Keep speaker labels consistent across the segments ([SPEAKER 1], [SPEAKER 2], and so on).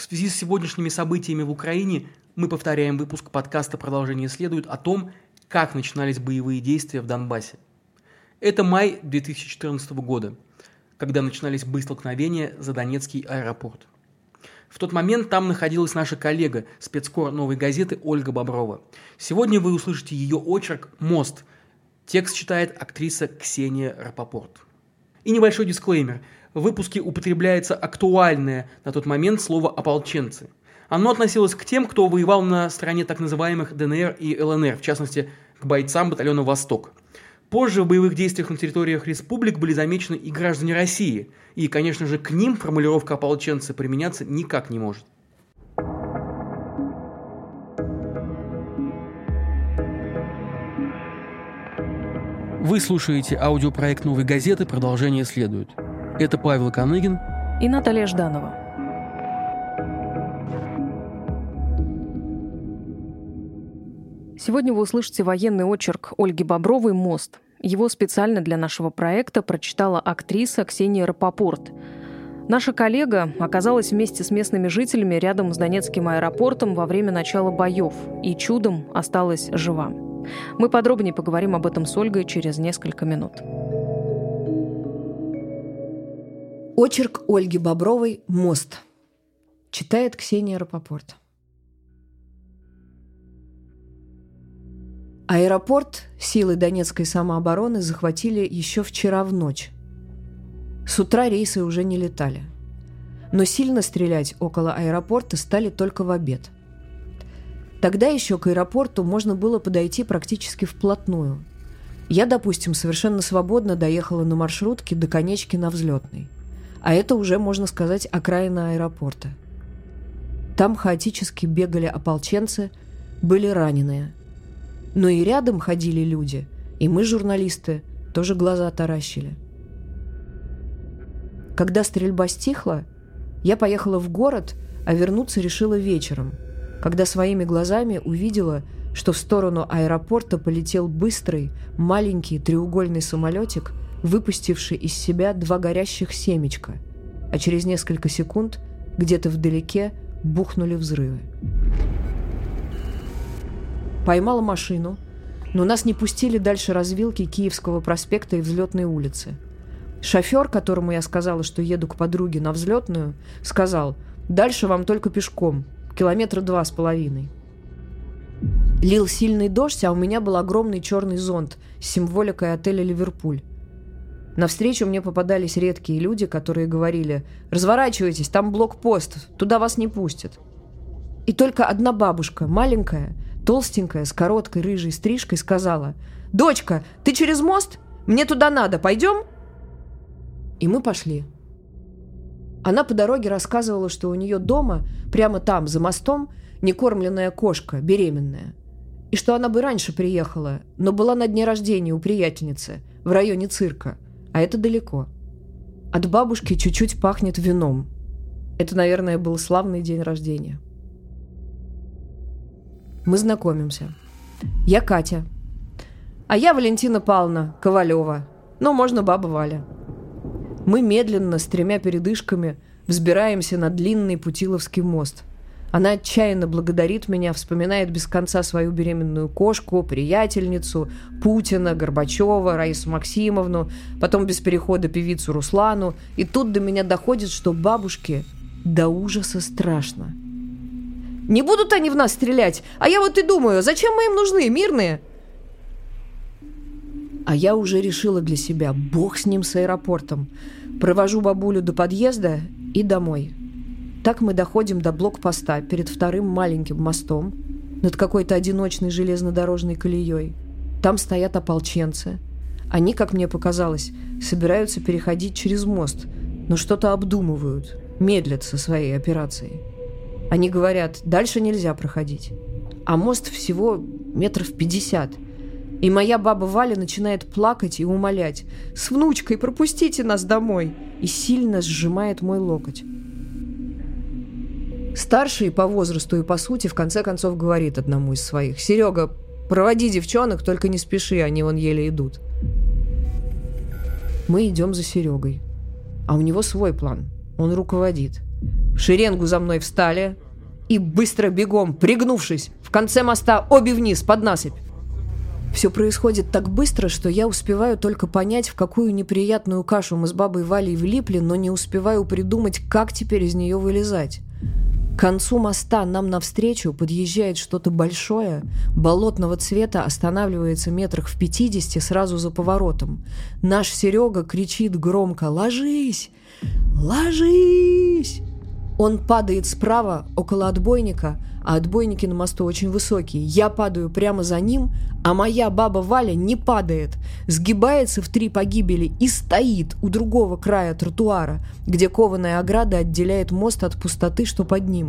[SPEAKER 1] связи с сегодняшними событиями в Украине мы повторяем выпуск подкаста «Продолжение следует» о том, как начинались боевые действия в Донбассе. Это май 2014 года, когда начинались боестолкновения за Донецкий аэропорт. В тот момент там находилась наша коллега, спецкор «Новой газеты» Ольга Боброва. Сегодня вы услышите ее очерк «Мост». Текст читает актриса Ксения Рапопорт. И небольшой дисклеймер. В выпуске употребляется актуальное на тот момент слово «ополченцы». Оно относилось к тем, кто воевал на стороне так называемых ДНР и ЛНР, в частности, к бойцам батальона «Восток». Позже в боевых действиях на территориях республик были замечены и граждане России, и, конечно же, к ним формулировка «ополченцы» применяться никак не может. Вы слушаете аудиопроект «Новой газеты». Продолжение следует. Это Павел Коныгин
[SPEAKER 2] и Наталья Жданова. Сегодня вы услышите военный очерк Ольги Бобровой «Мост». Его специально для нашего проекта прочитала актриса Ксения Рапопорт. Наша коллега оказалась вместе с местными жителями рядом с Донецким аэропортом во время начала боев и чудом осталась жива. Мы подробнее поговорим об этом с Ольгой через несколько минут.
[SPEAKER 3] Очерк Ольги Бобровой «Мост». Читает Ксения Рапопорт. Аэропорт силы Донецкой самообороны захватили еще вчера в ночь. С утра рейсы уже не летали. Но сильно стрелять около аэропорта стали только в обед. Тогда еще к аэропорту можно было подойти практически вплотную. Я, допустим, совершенно свободно доехала на маршрутке до конечки на Взлетной. А это уже, можно сказать, окраина аэропорта. Там хаотически бегали ополченцы, были раненые. Но и рядом ходили люди, и мы, журналисты, тоже глаза таращили. Когда стрельба стихла, я поехала в город, а вернуться решила вечером, когда своими глазами увидела, что в сторону аэропорта полетел быстрый, маленький треугольный самолетик, выпустивший из себя 2 горящих семечка, а через несколько секунд где-то вдалеке бухнули взрывы. Поймала машину, но нас не пустили дальше развилки Киевского проспекта и Взлетной улицы. Шофер, которому я сказала, что еду к подруге на Взлетную, сказал: «Дальше вам только пешком, 2,5 километра». Лил сильный дождь, а у меня был огромный черный зонт с символикой отеля «Ливерпуль». Навстречу мне попадались редкие люди, которые говорили: «Разворачивайтесь, там блокпост, туда вас не пустят». И только одна бабушка, маленькая, толстенькая, с короткой рыжей стрижкой, сказала: «Дочка, ты через мост? Мне туда надо, пойдем?» И мы пошли. Она по дороге рассказывала, что у нее дома, прямо там, за мостом, некормленная кошка, беременная. И что она бы раньше приехала, но была на дне рождения у приятельницы, в районе цирка, а это далеко. От бабушки чуть-чуть пахнет вином. Это, наверное, был славный день рождения. Мы знакомимся. Я Катя. А я Валентина Павловна Ковалева. Ну, можно баба Валя. Мы медленно, с 3 передышками, взбираемся на длинный Путиловский мост. Она отчаянно благодарит меня, вспоминает без конца свою беременную кошку, приятельницу, Путина, Горбачева, Раису Максимовну, потом без перехода певицу Руслану. И тут до меня доходит, что бабушке до ужаса страшно. Не будут они в нас стрелять, а я вот и думаю, зачем мы им нужны, мирные? А я уже решила для себя, бог с ним, с аэропортом. Провожу бабулю до подъезда и домой. Так мы доходим до блокпоста перед 2 маленьким мостом над какой-то одиночной железнодорожной колеей. Там стоят ополченцы. Они, как мне показалось, собираются переходить через мост, но что-то обдумывают, медлят со своей операцией. Они говорят: дальше нельзя проходить. А мост всего 50 метров. И моя баба Валя начинает плакать и умолять: «С внучкой пропустите нас домой!» И сильно сжимает мой локоть. Старший по возрасту и по сути в конце концов говорит одному из своих: «Серега, проводи девчонок, только не спеши, они вон еле идут». Мы идем за Серегой. А у него свой план. Он руководит. в шеренгу за мной встали и быстро бегом, пригнувшись, в конце моста обе вниз, под насыпь. Все происходит так быстро, что я успеваю только понять, в какую неприятную кашу мы с бабой Валей влипли, но не успеваю придумать, как теперь из нее вылезать. К концу моста нам навстречу подъезжает что-то большое, болотного цвета, останавливается метрах в 50 сразу за поворотом. Наш Серега кричит громко: «Ложись! Ложись!» Он падает справа, около отбойника, а отбойники на мосту очень высокие. Я падаю прямо за ним, а моя баба Валя не падает, сгибается в 3 погибели и стоит у другого края тротуара, где кованая ограда отделяет мост от пустоты, что под ним.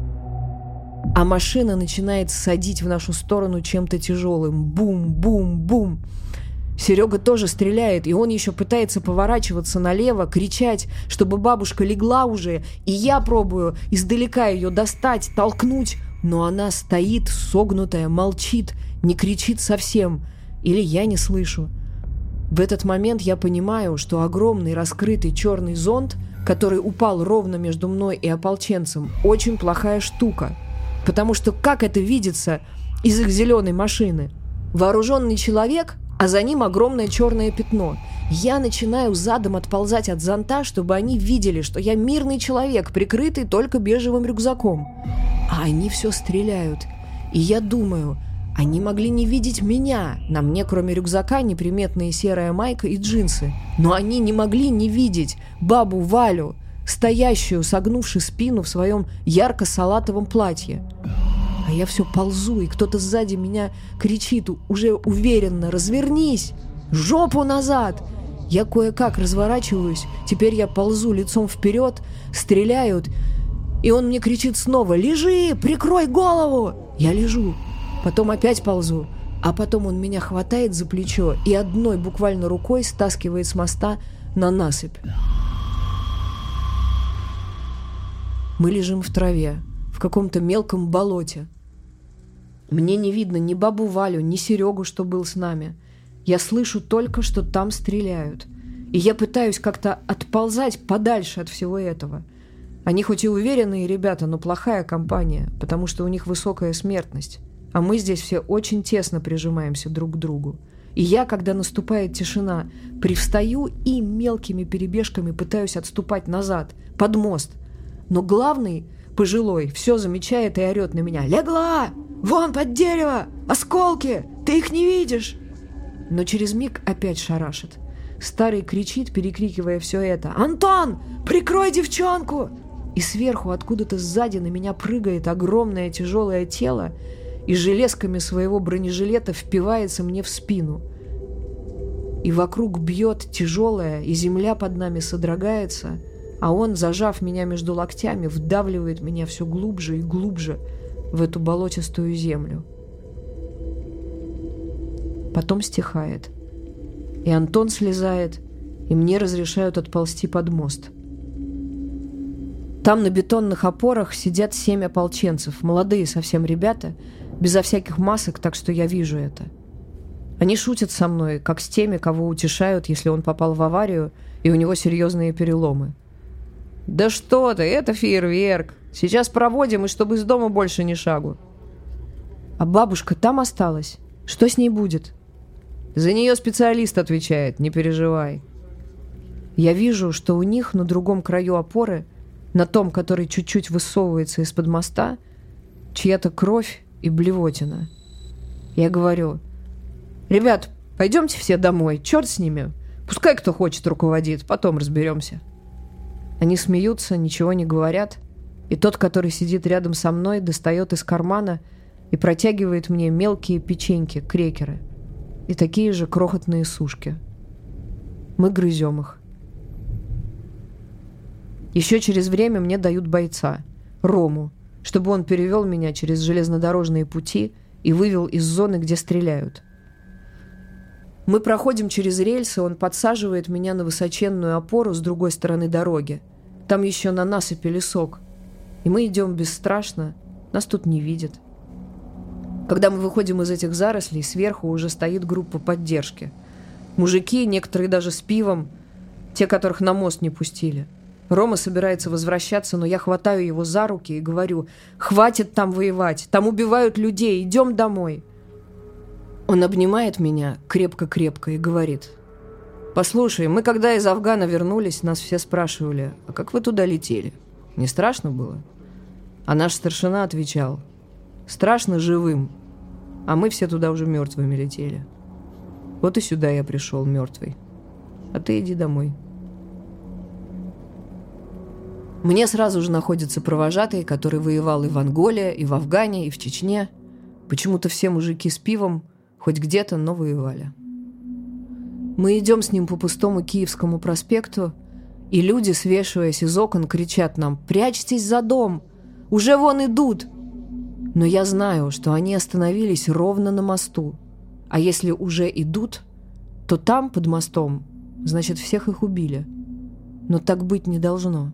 [SPEAKER 3] А машина начинает садить в нашу сторону чем-то тяжелым. Бум-бум-бум. Серега тоже стреляет, и он еще пытается поворачиваться налево, кричать, чтобы бабушка легла уже, и я пробую издалека ее достать, толкнуть, но она стоит, согнутая, молчит, не кричит совсем, или я не слышу. В этот момент я понимаю, что огромный раскрытый черный зонт, который упал ровно между мной и ополченцем, очень плохая штука, потому что как это видится из их зеленой машины? Вооруженный человек, а за ним огромное черное пятно. Я начинаю задом отползать от зонта, чтобы они видели, что я мирный человек, прикрытый только бежевым рюкзаком. А они все стреляют. И я думаю, они могли не видеть меня. На мне, кроме рюкзака, неприметная серая майка и джинсы. Но они не могли не видеть бабу Валю, стоящую, согнувши спину в своем ярко-салатовом платье. А я все ползу, и кто-то сзади меня кричит уже уверенно: «Развернись! Жопу назад!» Я кое-как разворачиваюсь, теперь я ползу лицом вперед, стреляют, и он мне кричит снова: «Лежи! Прикрой голову!» Я лежу, потом опять ползу, а потом он меня хватает за плечо и одной буквально рукой стаскивает с моста на насыпь. Мы лежим в траве, в каком-то мелком болоте. Мне не видно ни бабу Валю, ни Серегу, что был с нами. Я слышу только, что там стреляют. И я пытаюсь как-то отползать подальше от всего этого. Они хоть и уверенные ребята, но плохая компания, потому что у них высокая смертность. А мы здесь все очень тесно прижимаемся друг к другу. И я, когда наступает тишина, привстаю и мелкими перебежками пытаюсь отступать назад, под мост. Но главный, пожилой, все замечает и орет на меня: «Легла! Вон под дерево! Осколки! Ты их не видишь!» Но через миг опять шарашит. Старый кричит, перекрикивая все это: «Антон, прикрой девчонку!» И сверху, откуда-то сзади, на меня прыгает огромное тяжелое тело и железками своего бронежилета впивается мне в спину. И вокруг бьет тяжелое, и земля под нами содрогается, а он, зажав меня между локтями, вдавливает меня все глубже и глубже в эту болотистую землю. Потом стихает. И Антон слезает, и мне разрешают отползти под мост. Там на бетонных опорах сидят 7 ополченцев, молодые совсем ребята, безо всяких масок, так что я вижу это. Они шутят со мной, как с теми, кого утешают, если он попал в аварию, и у него серьезные переломы. «Да что ты, это фейерверк! Сейчас проводим, и чтобы из дома больше ни шагу!» «А бабушка там осталась? Что с ней будет?» «За нее специалист отвечает, не переживай». Я вижу, что у них на другом краю опоры, на том, который чуть-чуть высовывается из-под моста, чья-то кровь и блевотина. Я говорю: «Ребят, пойдемте все домой, черт с ними. Пускай кто хочет руководит, потом разберемся». Они смеются, ничего не говорят, и тот, который сидит рядом со мной, достает из кармана и протягивает мне мелкие печеньки, крекеры и такие же крохотные сушки. Мы грызем их. Еще через время мне дают бойца, Рому, чтобы он перевел меня через железнодорожные пути и вывел из зоны, где стреляют. Мы проходим через рельсы, он подсаживает меня на высоченную опору с другой стороны дороги. Там еще на насыпи лесок. И мы идем бесстрашно, нас тут не видят. Когда мы выходим из этих зарослей, сверху уже стоит группа поддержки. Мужики, некоторые даже с пивом, те, которых на мост не пустили. Рома собирается возвращаться, но я хватаю его за руки и говорю: «Хватит там воевать, там убивают людей, идем домой». Он обнимает меня крепко-крепко и говорит: «Послушай, мы когда из Афгана вернулись, нас все спрашивали: а как вы туда летели? Не страшно было?» А наш старшина отвечал: «Страшно живым, а мы все туда уже мертвыми летели. Вот и сюда я пришел мертвый. А ты иди домой». Мне сразу же находится провожатый, который воевал и в Анголе, и в Афгане, и в Чечне. Почему-то все мужики с пивом, хоть где-то, но воевали. Мы идем с ним по пустому Киевскому проспекту, и люди, свешиваясь из окон, кричат нам: «Прячьтесь за дом! Уже вон идут!» Но я знаю, что они остановились ровно на мосту. А если уже идут, то там, под мостом, значит, всех их убили. Но так быть не должно.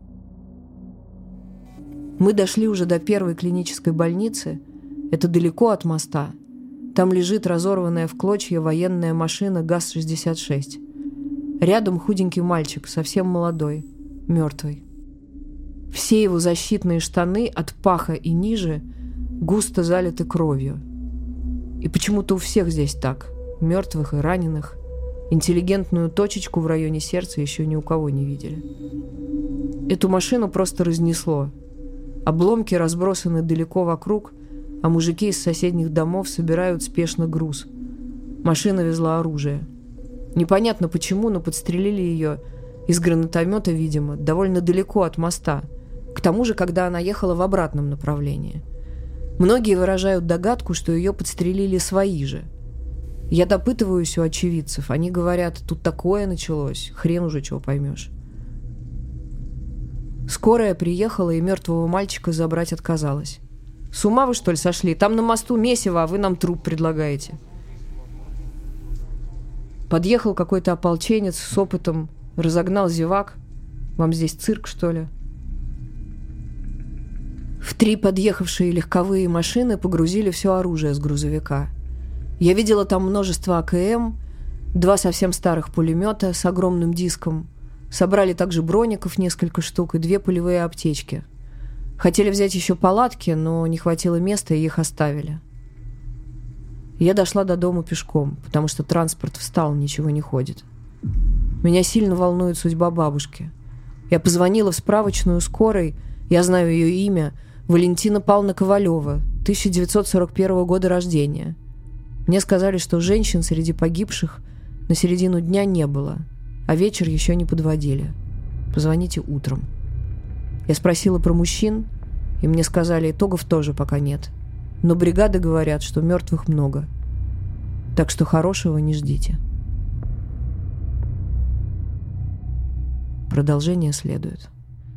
[SPEAKER 3] Мы дошли уже до первой клинической больницы. Это далеко от моста. Там лежит разорванная в клочья военная машина ГАЗ-66. Рядом худенький мальчик, совсем молодой, мертвый. Все его защитные штаны от паха и ниже густо залиты кровью. И почему-то у всех здесь так, мертвых и раненых. Интеллигентную точечку в районе сердца еще ни у кого не видели. Эту машину просто разнесло. Обломки разбросаны далеко вокруг, а мужики из соседних домов собирают спешно груз. Машина везла оружие. Непонятно почему, но подстрелили ее из гранатомета, видимо, довольно далеко от моста. К тому же, когда она ехала в обратном направлении. Многие выражают догадку, что ее подстрелили свои же. Я допытываюсь у очевидцев. Они говорят: тут такое началось, хрен уже чего поймешь. Скорая приехала, и мертвого мальчика забрать отказалась. «С ума вы, что ли, сошли? Там на мосту месиво, а вы нам труп предлагаете». Подъехал какой-то ополченец с опытом, разогнал зевак. «Вам здесь цирк, что ли?» В 3 подъехавшие легковые машины погрузили все оружие с грузовика. Я видела там множество АКМ, 2 совсем старых пулемета с огромным диском. Собрали также броников несколько штук и 2 полевые аптечки. Хотели взять еще палатки, но не хватило места, и их оставили. Я дошла до дома пешком, потому что транспорт встал, ничего не ходит. Меня сильно волнует судьба бабушки. Я позвонила в справочную скорой, я знаю ее имя, Валентина Павловна Ковалева, 1941 года рождения. Мне сказали, что женщин среди погибших на середину дня не было, а вечер еще не подводили. Позвоните утром. Я спросила про мужчин, и мне сказали, итогов тоже пока нет. Но бригады говорят, что мертвых много. Так что хорошего не ждите. Продолжение следует.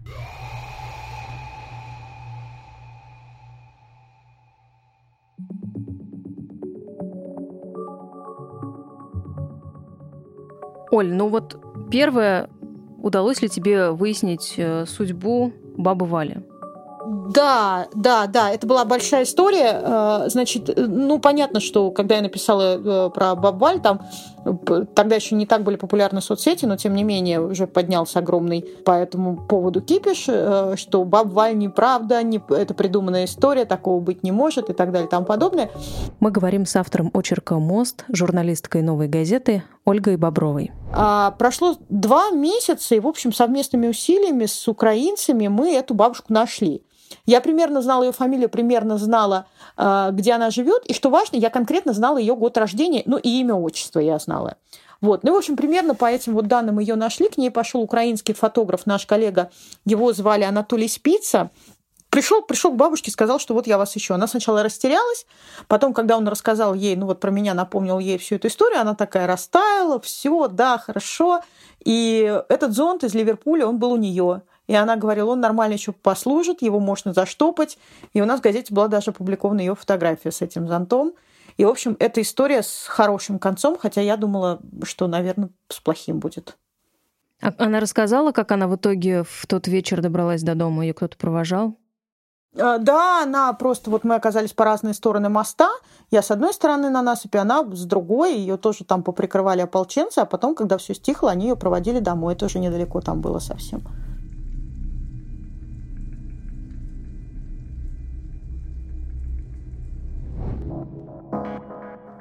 [SPEAKER 2] Оль, ну вот первое, удалось ли тебе выяснить судьбу бабы Вали?
[SPEAKER 4] Да, это была большая история. Значит, понятно, что когда я написала про бабу Валь, там тогда еще не так были популярны соцсети, но тем не менее уже поднялся огромный по этому поводу кипиш, что баба Валь неправда, это придуманная история, такого быть не может и так далее и тому подобное.
[SPEAKER 2] Мы говорим с автором очерка «Мост», журналисткой «Новой газеты» Ольгой Бобровой.
[SPEAKER 4] Прошло 2 месяца, и, в общем, совместными усилиями с украинцами мы эту бабушку нашли. Я примерно знала ее фамилию, примерно знала, где она живет, и, что важно, я конкретно знала ее год рождения, и имя, отчество я знала. Вот. В общем, примерно по этим вот данным ее нашли. К ней пошел украинский фотограф, наш коллега, его звали Анатолий Спица. Пришел к бабушке, сказал, что вот я вас ищу. Она сначала растерялась, потом, когда он рассказал ей, про меня, напомнил ей всю эту историю, она такая растаяла, все, да, хорошо. И этот зонт из Ливерпуля, он был у нее. И она говорила, он нормально еще послужит, его можно заштопать. И у нас в газете была даже опубликована ее фотография с этим зонтом. И, в общем, эта история с хорошим концом, хотя я думала, что, наверное, с плохим будет.
[SPEAKER 2] Она рассказала, как она в итоге в тот вечер добралась до дома? Ее кто-то провожал?
[SPEAKER 4] Да, она просто... мы оказались по разные стороны моста. Я с одной стороны на насыпи, она с другой. Ее тоже там поприкрывали ополченцы. А потом, когда все стихло, они ее проводили домой. Тоже недалеко там было совсем.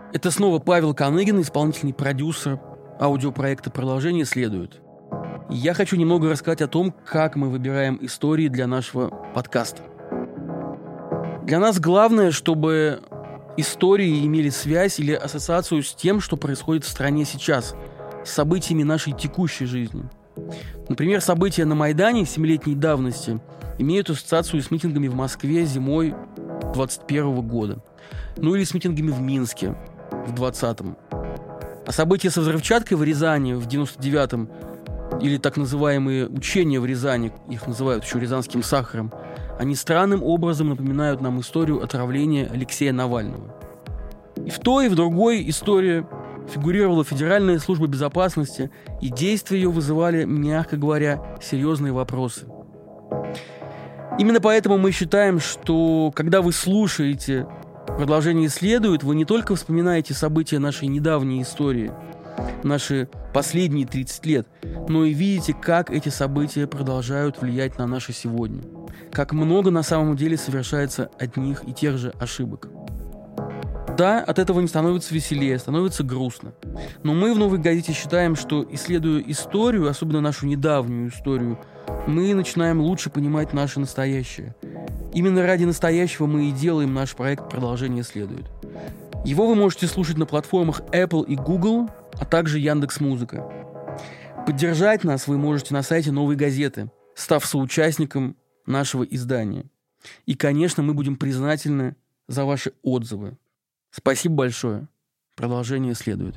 [SPEAKER 1] Это снова Павел Коныгин, исполнительный продюсер аудиопроекта «Продолжение следует». И я хочу немного рассказать о том, как мы выбираем истории для нашего подкаста. Для нас главное, чтобы истории имели связь или ассоциацию с тем, что происходит в стране сейчас, с событиями нашей текущей жизни. Например, события на Майдане 7-летней давности имеют ассоциацию с митингами в Москве зимой 2021 года. Ну или с митингами в Минске в 2020. А события со взрывчаткой в Рязани в 99-м или так называемые учения в Рязани, их называют еще рязанским сахаром, они странным образом напоминают нам историю отравления Алексея Навального. И в той, и в другой истории фигурировала Федеральная служба безопасности, и действия ее вызывали, мягко говоря, серьезные вопросы. Именно поэтому мы считаем, что когда вы слушаете «Продолжение следует», вы не только вспоминаете события нашей недавней истории, наши последние 30 лет, но и видите, как эти события продолжают влиять на наше сегодня. Как много на самом деле совершается одних и тех же ошибок. Да, от этого не становится веселее, становится грустно. Но мы в «Новой газете» считаем, что, исследуя историю, особенно нашу недавнюю историю, мы начинаем лучше понимать наше настоящее. Именно ради настоящего мы и делаем наш проект «Продолжение следует». Его вы можете слушать на платформах Apple и Google, а также Яндекс.Музыка. Поддержать нас вы можете на сайте «Новой газеты», став соучастником нашего издания. И, конечно, мы будем признательны за ваши отзывы. Спасибо большое. Продолжение следует.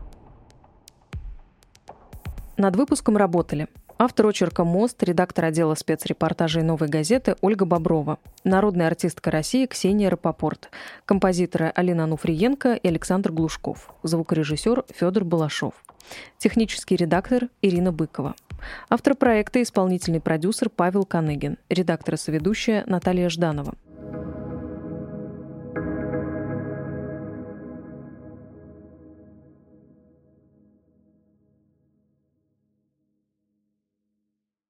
[SPEAKER 2] Над выпуском работали автор очерка «Мост», редактор отдела спецрепортажей «Новой газеты» Ольга Боброва, народная артистка России Ксения Рапопорт, композиторы Алина Ануфриенко и Александр Глушков, звукорежиссер Федор Балашов, технический редактор Ирина Быкова, автор проекта и исполнительный продюсер Павел Коныгин, редактор и соведущая Наталья Жданова,